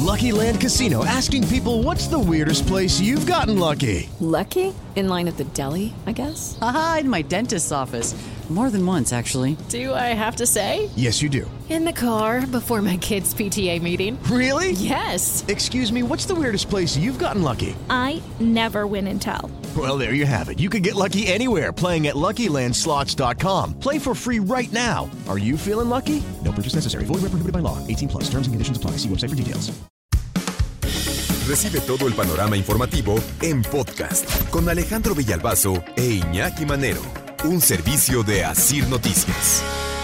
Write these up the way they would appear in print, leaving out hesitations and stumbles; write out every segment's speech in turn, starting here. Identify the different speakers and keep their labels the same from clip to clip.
Speaker 1: Lucky Land Casino, asking people, what's the weirdest place you've gotten lucky?
Speaker 2: Lucky? In line at the deli, I guess?
Speaker 3: Aha, in my dentist's office. More than once, actually.
Speaker 2: Do I have to say?
Speaker 1: Yes, you do.
Speaker 2: In the car before my kids' PTA meeting.
Speaker 1: Really?
Speaker 2: Yes.
Speaker 1: Excuse me, what's the weirdest place you've gotten lucky?
Speaker 4: I never win and tell.
Speaker 1: Well, there you have it. You can get lucky anywhere, playing at LuckyLandSlots.com. Play for free right now. Are you feeling lucky? No purchase necessary. Void where prohibited by law. 18+. Terms and conditions apply. See website for details.
Speaker 5: Recibe todo el panorama informativo en podcast con Alejandro Villalbazo e Iñaki Manero. Un servicio de Asir Noticias.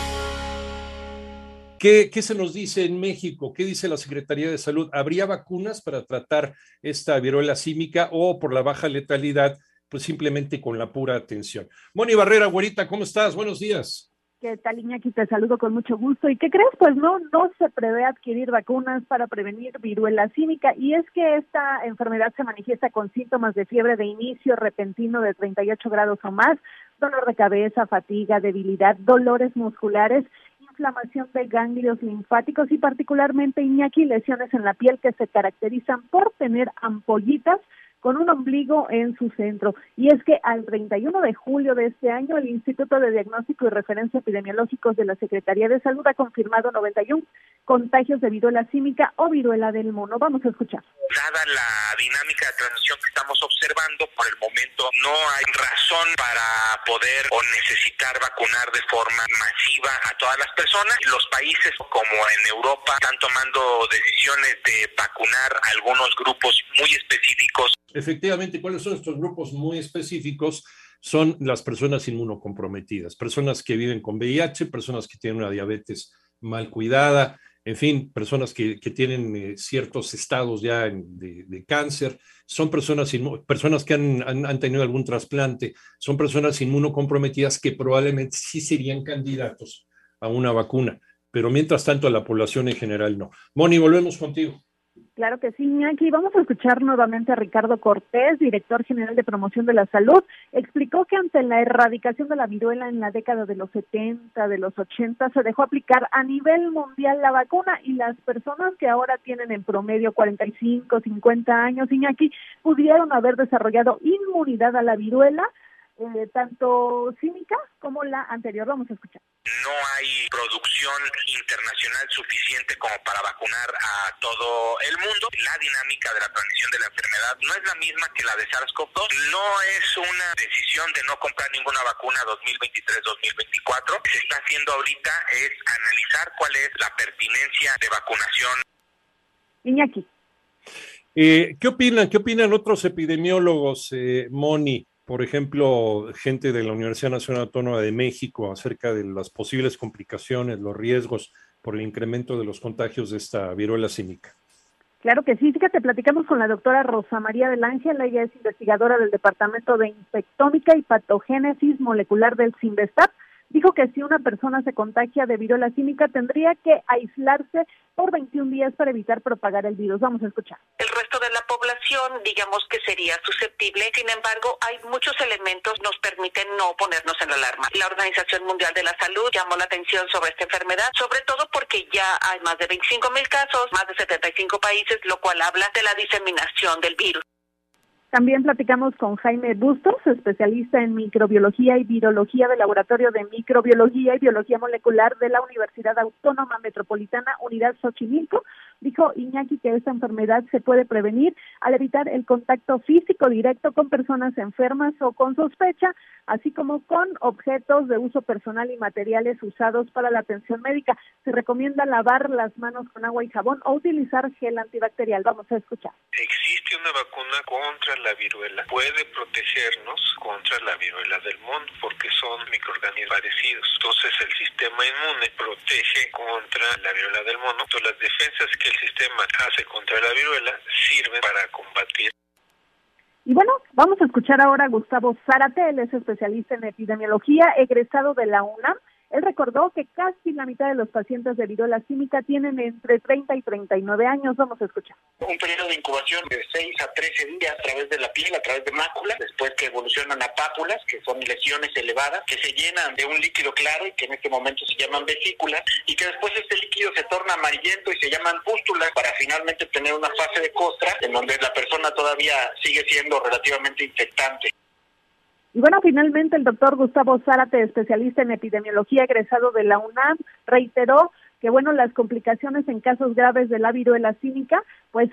Speaker 6: ¿Qué se nos dice en México? ¿Qué dice la Secretaría de Salud? ¿Habría vacunas para tratar esta viruela símica o por la baja letalidad, pues simplemente con la pura atención? Moni Barrera, güerita, ¿cómo estás? Buenos días.
Speaker 7: ¿Qué tal, Iñaki? Te saludo con mucho gusto. ¿Y qué crees? Pues no se prevé adquirir vacunas para prevenir viruela símica, y es que esta enfermedad se manifiesta con síntomas de fiebre de inicio repentino de 38 grados o más, dolor de cabeza, fatiga, debilidad, dolores musculares, inflamación de ganglios linfáticos y particularmente, Iñaki, lesiones en la piel que se caracterizan por tener ampollitas con un ombligo en su centro. Y es que al 31 de julio de este año, el Instituto de Diagnóstico y Referencia Epidemiológicos de la Secretaría de Salud ha confirmado 91 contagios de viruela símica o viruela del mono. Vamos a escuchar.
Speaker 8: Dada la dinámica de transmisión que estamos observando, por el momento no hay razón para poder o necesitar vacunar de forma masiva a todas las personas. Los países como en Europa están tomando decisiones de vacunar a algunos grupos muy específicos.
Speaker 6: Efectivamente, ¿cuáles son estos grupos muy específicos? Son las personas inmunocomprometidas, personas que viven con VIH, personas que tienen una diabetes mal cuidada, en fin, personas que tienen ciertos estados ya de cáncer, son personas que han tenido algún trasplante, son personas inmunocomprometidas que probablemente sí serían candidatos a una vacuna, pero mientras tanto a la población en general no. Moni, volvemos contigo.
Speaker 7: Claro que sí, Iñaki. Vamos a escuchar nuevamente a Ricardo Cortés, director general de Promoción de la Salud. Explicó que ante la erradicación de la viruela en la década de los 70, de los 80, se dejó aplicar a nivel mundial la vacuna, y las personas que ahora tienen en promedio 45, 50 años, Iñaki, pudieron haber desarrollado inmunidad a la viruela, tanto símica como la anterior. Vamos a escuchar.
Speaker 8: No hay producción internacional suficiente como para vacunar a todo el mundo. La dinámica de la transmisión de la enfermedad no es la misma que la de SARS-CoV-2. No es una decisión de no comprar ninguna vacuna 2023-2024. Se está haciendo ahorita es analizar cuál es la pertinencia de vacunación.
Speaker 7: Iñaki.
Speaker 6: ¿Qué opinan otros epidemiólogos, Moni? Por ejemplo, gente de la Universidad Nacional Autónoma de México acerca de las posibles complicaciones, los riesgos por el incremento de los contagios de esta viruela símica.
Speaker 7: Claro que sí, fíjate, platicamos con la doctora Rosa María del Ángel. Ella es investigadora del Departamento de Infectómica y Patogénesis Molecular del CINVESTAP. Dijo que si una persona se contagia de viruela símica tendría que aislarse por 21 días para evitar propagar el virus. Vamos a escuchar.
Speaker 9: El resto de la población, digamos que sería susceptible. Sin embargo, hay muchos elementos que nos permiten no ponernos en alarma. La Organización Mundial de la Salud llamó la atención sobre esta enfermedad, sobre todo porque ya hay más de 25,000 casos, más de 75 países, lo cual habla de la diseminación del virus.
Speaker 7: También platicamos con Jaime Bustos, especialista en microbiología y virología del Laboratorio de Microbiología y Biología Molecular de la Universidad Autónoma Metropolitana Unidad Xochimilco. Dijo Iñaki que esta enfermedad se puede prevenir al evitar el contacto físico directo con personas enfermas o con sospecha, así como con objetos de uso personal y materiales usados para la atención médica. Se recomienda lavar las manos con agua y jabón o utilizar gel antibacterial. Vamos a escuchar.
Speaker 10: Existe una vacuna contra la viruela. Puede protegernos contra la viruela del mono porque son microorganismos parecidos. Entonces el sistema inmune protege contra la viruela del mono. Entonces las defensas que el sistema hace contra la viruela sirven para combatir.
Speaker 7: Y bueno, vamos a escuchar ahora a Gustavo Zárate. Él es especialista en epidemiología, egresado de la UNAM. Él recordó que casi la mitad de los pacientes de viruela símica tienen entre 30 y 39 años. Vamos a escuchar.
Speaker 11: Un periodo de incubación de 6 a 13 días a través de la piel, a través de mácula, después que evolucionan a pápulas, que son lesiones elevadas, que se llenan de un líquido claro y que en este momento se llaman vesículas, y que después este líquido se torna amarillento y se llaman pústulas, para finalmente tener una fase de costra en donde la persona todavía sigue siendo relativamente infectante.
Speaker 7: Y bueno, finalmente el doctor Gustavo Zárate, especialista en epidemiología egresado de la UNAM, reiteró que bueno, las complicaciones en casos graves de la viruela símica, pues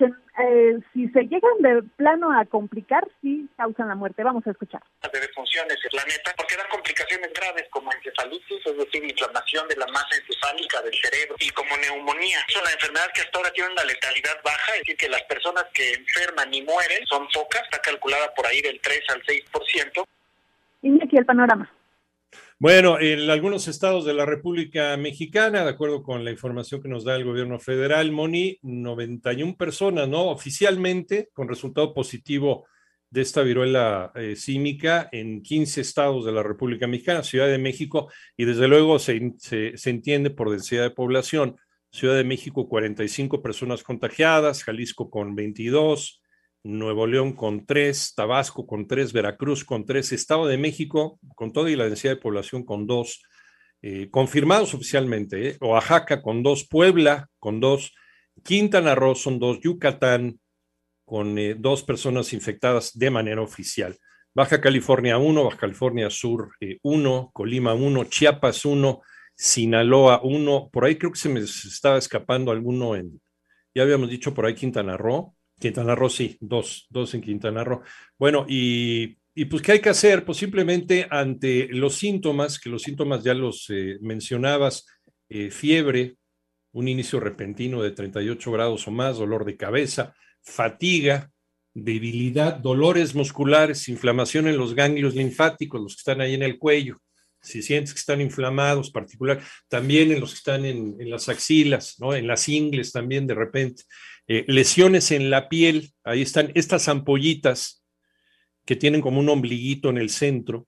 Speaker 7: si se llegan de plano a complicar, sí causan la muerte. Vamos a escuchar.
Speaker 11: De defunciones en el planeta, porque dan complicaciones graves como encefalitis, es decir, inflamación de la masa encefálica del cerebro, y como neumonía. Es una enfermedad que hasta ahora tiene una letalidad baja, es decir, que las personas que enferman y mueren son pocas, está calculada por ahí del 3 al 6%.
Speaker 7: Y aquí el panorama.
Speaker 6: Bueno, en algunos estados de la República Mexicana, de acuerdo con la información que nos da el gobierno federal, Moni, 91 personas, ¿no? Oficialmente, con resultado positivo de esta viruela símica en 15 estados de la República Mexicana, Ciudad de México, y desde luego se entiende por densidad de población. Ciudad de México, 45 personas contagiadas, Jalisco con 22, Nuevo León con 3, Tabasco con 3, Veracruz con 3, Estado de México con toda y la densidad de población con 2, confirmados oficialmente, Oaxaca con 2, Puebla con 2, Quintana Roo son 2, Yucatán con 2 personas infectadas de manera oficial, Baja California 1, Baja California Sur 1, Colima 1, Chiapas 1, Sinaloa 1, por ahí creo que se me estaba escapando alguno ya habíamos dicho por ahí Quintana Roo, sí, dos en Quintana Roo. Bueno, y pues, ¿qué hay que hacer? Pues simplemente ante los síntomas, que los síntomas ya los mencionabas, fiebre, un inicio repentino de 38 grados o más, dolor de cabeza, fatiga, debilidad, dolores musculares, inflamación en los ganglios linfáticos, los que están ahí en el cuello, si sientes que están inflamados, particular, también en los que están en las axilas, ¿no? En las ingles también de repente. Lesiones en la piel, ahí están estas ampollitas que tienen como un ombliguito en el centro.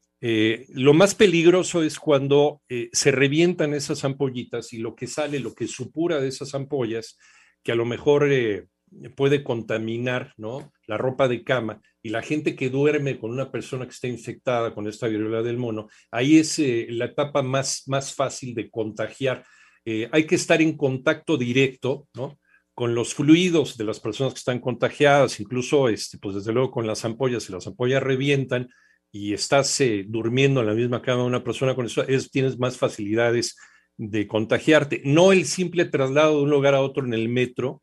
Speaker 6: Lo más peligroso es cuando se revientan esas ampollitas y lo que sale, lo que supura de esas ampollas, que a lo mejor puede contaminar, ¿no?, la ropa de cama, y la gente que duerme con una persona que está infectada con esta viruela del mono, ahí es la etapa más fácil de contagiar. Hay que estar en contacto directo, ¿no?, con los fluidos de las personas que están contagiadas, incluso, pues desde luego con las ampollas, si las ampollas revientan y estás durmiendo en la misma cama de una persona con eso, tienes más facilidades de contagiarte. No el simple traslado de un lugar a otro en el metro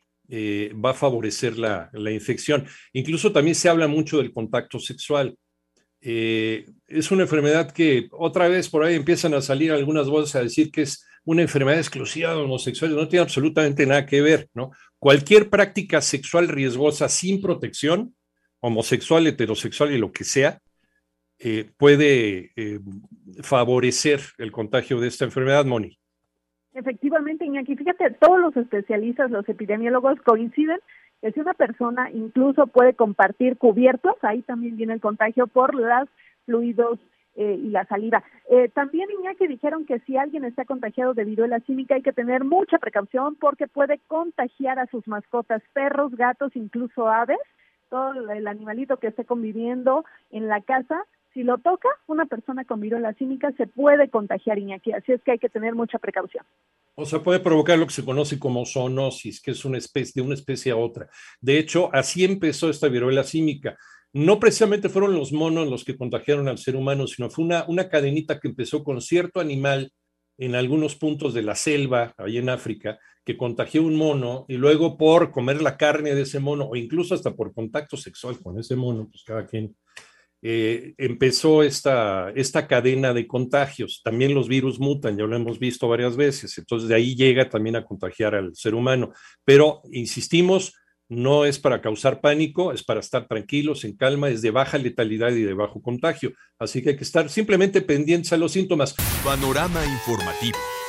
Speaker 6: va a favorecer la infección. Incluso también se habla mucho del contacto sexual. Es una enfermedad que otra vez por ahí empiezan a salir algunas voces a decir que es una enfermedad exclusiva de homosexuales. No tiene absolutamente nada que ver, ¿no? Cualquier práctica sexual riesgosa sin protección, homosexual, heterosexual y lo que sea, puede favorecer el contagio de esta enfermedad, Moni.
Speaker 7: Efectivamente, Iñaki, fíjate, todos los especialistas, los epidemiólogos coinciden que si una persona incluso puede compartir cubiertos, ahí también viene el contagio por los fluidos y la saliva. También, Iñaki, dijeron que si alguien está contagiado de viruela símica hay que tener mucha precaución porque puede contagiar a sus mascotas, perros, gatos, incluso aves, todo el animalito que esté conviviendo en la casa. Si lo toca una persona con viruela símica se puede contagiar, Iñaki, así es que hay que tener mucha precaución.
Speaker 6: O sea, puede provocar lo que se conoce como zoonosis, que es de una especie a otra. De hecho, así empezó esta viruela símica. No precisamente fueron los monos los que contagiaron al ser humano, sino fue una cadenita que empezó con cierto animal en algunos puntos de la selva, ahí en África, que contagió un mono, y luego por comer la carne de ese mono, o incluso hasta por contacto sexual con ese mono, pues cada quien, empezó esta cadena de contagios. También los virus mutan, ya lo hemos visto varias veces, entonces de ahí llega también a contagiar al ser humano. Pero, insistimos, no es para causar pánico, es para estar tranquilos, en calma, es de baja letalidad y de bajo contagio. Así que hay que estar simplemente pendientes a los síntomas.
Speaker 5: Panorama informativo.